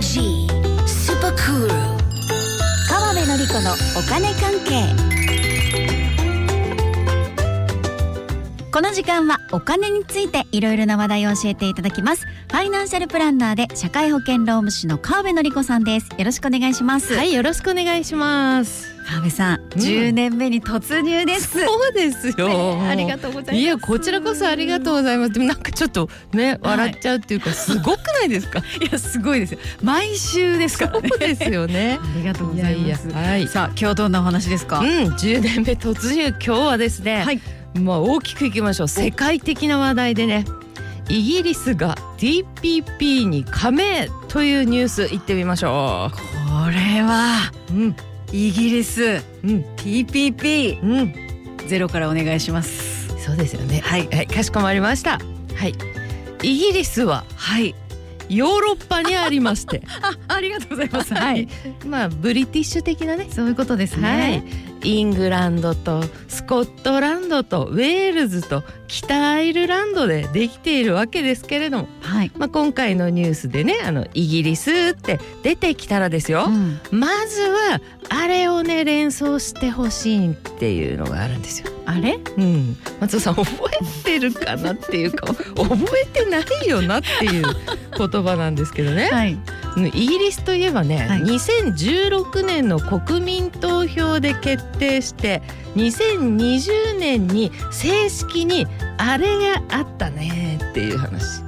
G スーパークール川辺典子のお金関係。この時間はお金についていろいろな話題を教えていただきます。ファイナンシャルプランナーで社会保険労務士の川辺典子さんです。よろしくお願いします。 はい、よろしくお願いします。 川辺さん、10年目に突入です。 そうですよ、 ありがとうございます。 いや、こちらこそありがとうございます。でもなんかちょっとね、笑っちゃうっていうか、すごくないですか？ いや、すごいですよ。毎週ですからね。 そうですよね。 ありがとうございます。 はい、 さあ、今日どんなお話ですか ？10年目突入。今日はですね、 はい、 大きくいきましょう。世界的な話題でね、イギリスが TPP に加盟というニュース、いってみましょう。 これは、イギリス、TPP、ゼロからお願いします。 そうですよね。 はい、 はい、かしこまりました。はい、イギリスは、 はい、 ヨーロッパにありましてありがとうございます。はい、 ブリティッシュ的なね、 そういうことですね。 はい、イングランドとスコットランドとウェールズと北アイルランドでできているわけですけれども、 はい、 今回のニュースでね、イギリスって出てきたらですよ、まずはあれをね、連想してほしいっていうのがあるんですよ。 あれ？ 松尾さん、覚えてるかなっていうか覚えてないよなっていう言葉なんですけどね、はい、イギリスといえばね、はい、2016年の国民投票で決定して2020年に正式にあれがあったねっていう話。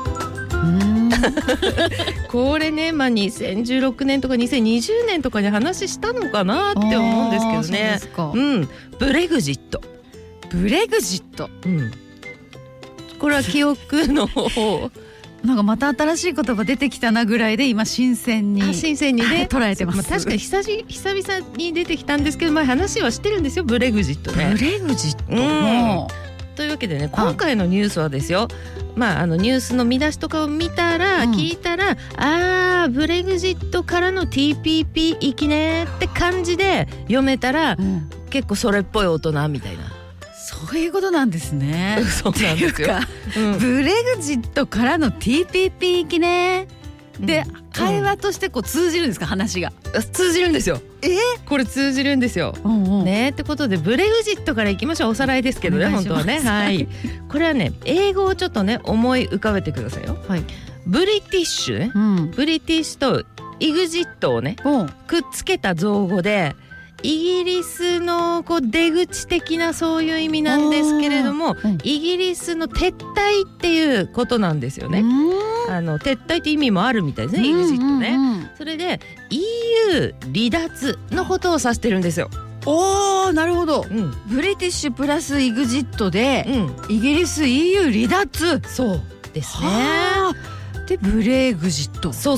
これね、2016年とか2020年とかに話したのかなって思うんですけどね。ブレグジット。 ブレグジット、 これは記憶の方なんかまた新しい言葉出てきたなぐらいで、今新鮮にね、捉えてます。 確かに久々に出てきたんですけど、話はしてるんですよ、ブレグジットね。 ブレグジット、 というわけでね、今回のニュースはですよ、ニュースの見出しとかを見たら、聞いたら、ブレグジットからの TPP 行きねって感じで読めたら、結構それっぽい大人みたいな、 そういうことなんですね。 そうなんですよ。 ブレグジットからの TPP 行きねで、会話として通じるんですか？話が通じるんですよ。これ通じるんですよ。ね、ってことでブレグジットからいきましょう。おさらいですけどね、本当はね。はい。これはね、英語をちょっとね、思い浮かべてくださいよ。はい。ブリティッシュね、ブリティッシュとイグジットをね、くっつけた造語で、イギリスの出口的なそういう意味なんですけれども、イギリスの撤退っていうことなんですよね。撤退って意味もあるみたいですね、イグジットね。それで EU 離脱のことを指してるんですよ。 なるほど、ブリティッシュプラスイグジットで、イギリス EU 離脱。 そうですね。 でブレグジット。 そう。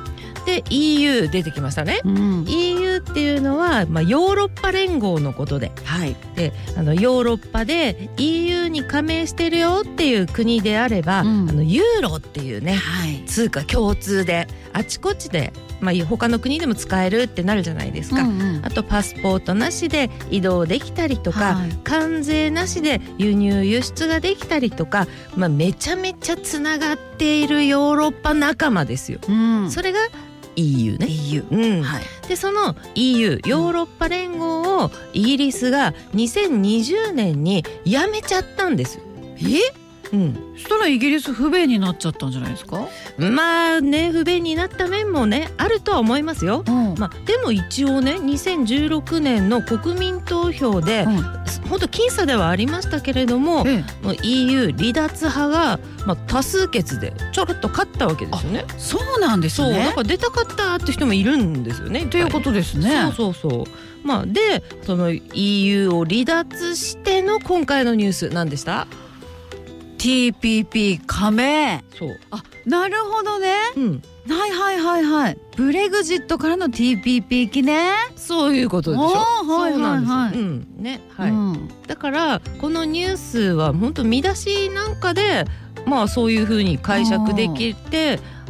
で EU 出てきましたね。EU っていうのは、ヨーロッパ連合のことで、でヨーロッパで EU に加盟してるよっていう国であれば、ユーロっていうね、通貨共通であちこちで、他の国でも使えるってなるじゃないですか。あとパスポートなしで移動できたりとか、関税なしで輸入輸出ができたりとか、めちゃめちゃつながっているヨーロッパ仲間ですよ。それがEU ね。でその EU ヨーロッパ連合をイギリスが2020年にやめちゃったんですよ。 そしたらイギリス不便になっちゃったんじゃないですか？ 不便になった面もね、あるとは思いますよ。でも一応ね、2016年の国民投票で、本当僅差ではありましたけれども、EU 離脱派が、多数決でちょろっと勝ったわけですよね。 そうなんですね。 だから出たかったって人もいるんですよね。 ということですね。 でその EU を離脱しての今回のニュース何でした？ TPP 加盟。なるほどね。はい。ブレグジットからの TPP 行きね。 そういうことでしょ。そうなんです。だからこのニュースは本当見出しなんかで、そういう風に解釈できて、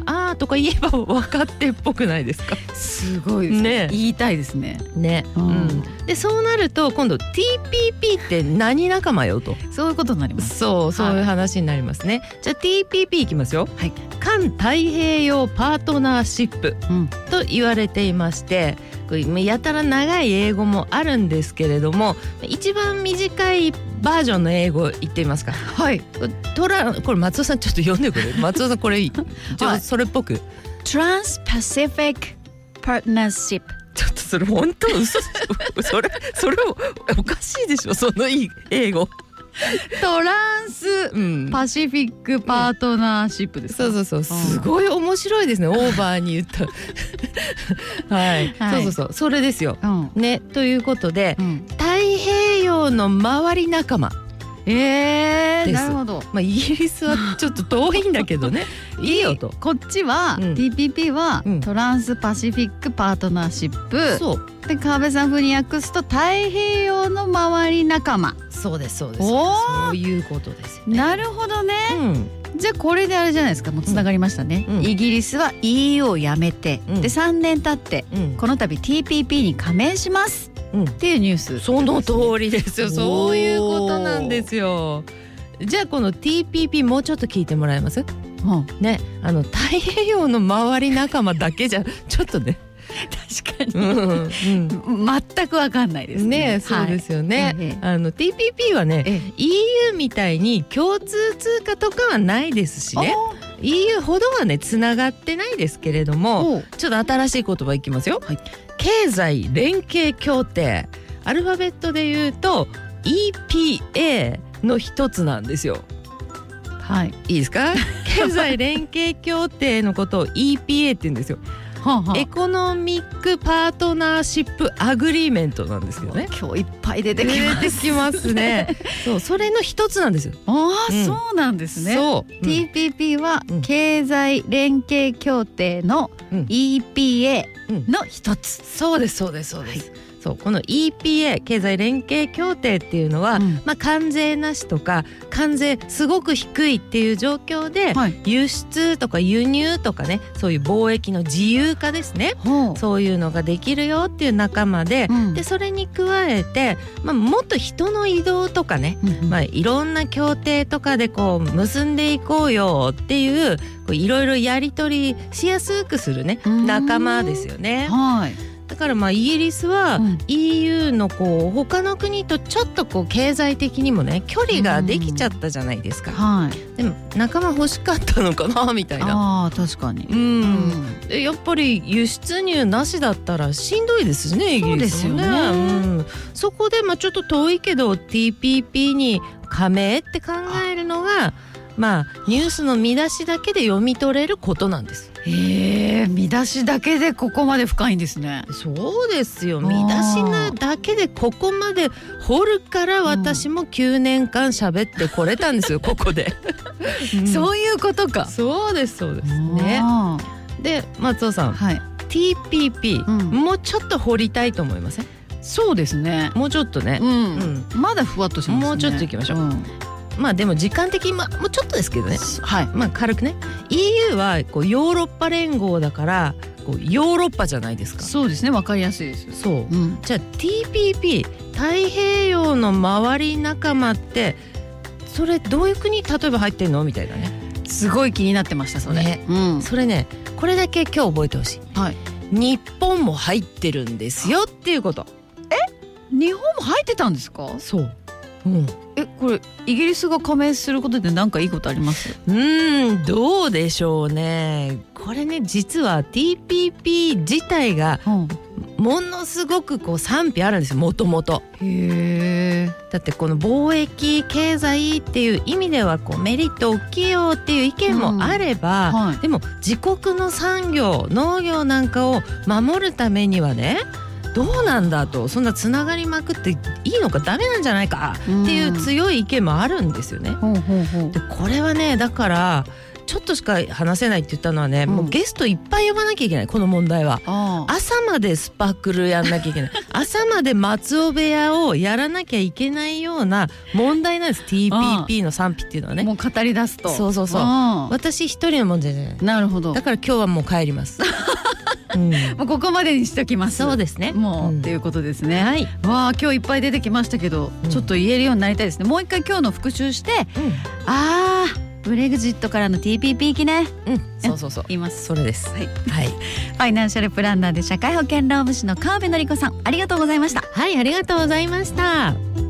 あーとか言えば分かってっぽくないですか。 すごいですね。言いたいですね。 ね、でそうなると今度 TPP って何仲間よと、 そういうことになります。 そういう話になりますね。じゃあ TPP いきますよ。はい、環太平洋パートナーシップと言われていまして、これやたら長い英語もあるんですけれども、一番短いバージョンの英語言ってみますか。はい。これ松尾さんちょっと読んでくれ。松尾さんこれはい、それっぽく。 Trans-Pacific Partnership。 ちょっとそれ本当嘘それおかしいでしょ、そのいい英語。 トランスパシフィックパートナーシップですか。 そうすごい面白いですね。オーバーに言ったはい、そうそれですよ、ね。ということで、太平洋の周り仲間なるほど。イギリスはちょっと遠いんだけどねいいよと。 こっちは、TPP は、トランスパシフィックパートナーシップ。そうで、川辺さん風に訳すと太平洋の周り仲間。 そうです。そういうことですよね。 なるほどね、じゃあこれであれじゃないですか、もうつながりましたね、イギリスは EU をやめて、で3年経って、この度 TPP に加盟しますっていうニュース。 その通りですよ。そういうことなんですよ。じゃあこの TPP もうちょっと聞いてもらえます？ね、太平洋の周り仲間だけじゃちょっとね確かに、全く分かんないですね。 そうですよね。TPP はね、EU みたいに共通通貨とかはないですしね、EU ほどはねつながってないですけれども、ちょっと新しい言葉いきますよ。経済連携協定、アルファベットで言うと EPA の一つなんですよ。はい、いいですか？経済連携協定のことを EPA って言うんですよ。エコノミックパートナーシップアグリーメントなんですけどね。 今日いっぱい出てきますね。それの一つなんですよ。 そうなんですね。TPP は経済連携協定の EPA の一つ。そうです。この EPA 経済連携協定っていうのは、関税なしとか関税すごく低いっていう状況で、輸出とか輸入とかね、そういう貿易の自由化ですね、そういうのができるよっていう仲間で、でそれに加えて、もっと人の移動とかね、いろんな協定とかでこう結んでいこうよっていういろいろやり取りしやすくするね仲間ですよね。だからイギリスは EU の他の国とちょっと経済的にもね距離ができちゃったじゃないですか、でも仲間欲しかったのかなみたいな。確かに、やっぱり輸出入なしだったらしんどいですね、イギリスもね。そこでちょっと遠いけど TPP に加盟って考えるのがニュースの見出しだけで読み取れることなんです。見出しだけでここまで深いんですね。そうですよ。見出しだけでここまで掘るから私も9年間喋ってこれたんですよここで。そういうことか。そうですね。で松尾さん、TPP、もうちょっと掘りたいと思いません？そうですね。もうちょっとね、まだふわっとしますね。もうちょっといきましょう。でも時間的にもうちょっとですけどね、軽くね。 EU はヨーロッパ連合だからヨーロッパじゃないですか。そうですね、わかりやすいです。じゃあ TPP 太平洋の周り仲間ってそれどういう国例えば入ってんのみたいなね。すごい気になってましたそれね。それね、これだけ今日覚えてほしい、日本も入ってるんですよっていうこと。日本も入ってたんですか？そう。これイギリスが加盟することで何かいいことあります？どうでしょうね。これね、実は TPP 自体がものすごく賛否あるんですよ、もともと。だってこの貿易経済っていう意味ではメリット大きいよっていう意見もあれば、でも自国の産業農業なんかを守るためにはね、どうなんだと、そんなつながりまくっていいのかダメなんじゃないかっていう強い意見もあるんですよね。でこれはね、だからちょっとしか話せないって言ったのはね、もうゲストいっぱい呼ばなきゃいけない、この問題は。朝までスパークルやんなきゃいけない朝まで松尾部屋をやらなきゃいけないような問題なんです。 TPP の賛否っていうのはね、 もう語り出すと。 そうそうそう、私一人の問題じゃない。 なるほど。 だから今日はもう帰りますもうここまでにしときます。 そうですね、 もうっていうことですね。 はい。 わあ、今日いっぱい出てきましたけど、ちょっと言えるようになりたいですね。もう一回今日の復習して、ブレグジットからの TPP 記念。 そうそうそう、 言います。 それです。はい。 ファイナンシャルプランナーで社会保険労務士の川辺典子さん、ありがとうございました。 はい、ありがとうございました。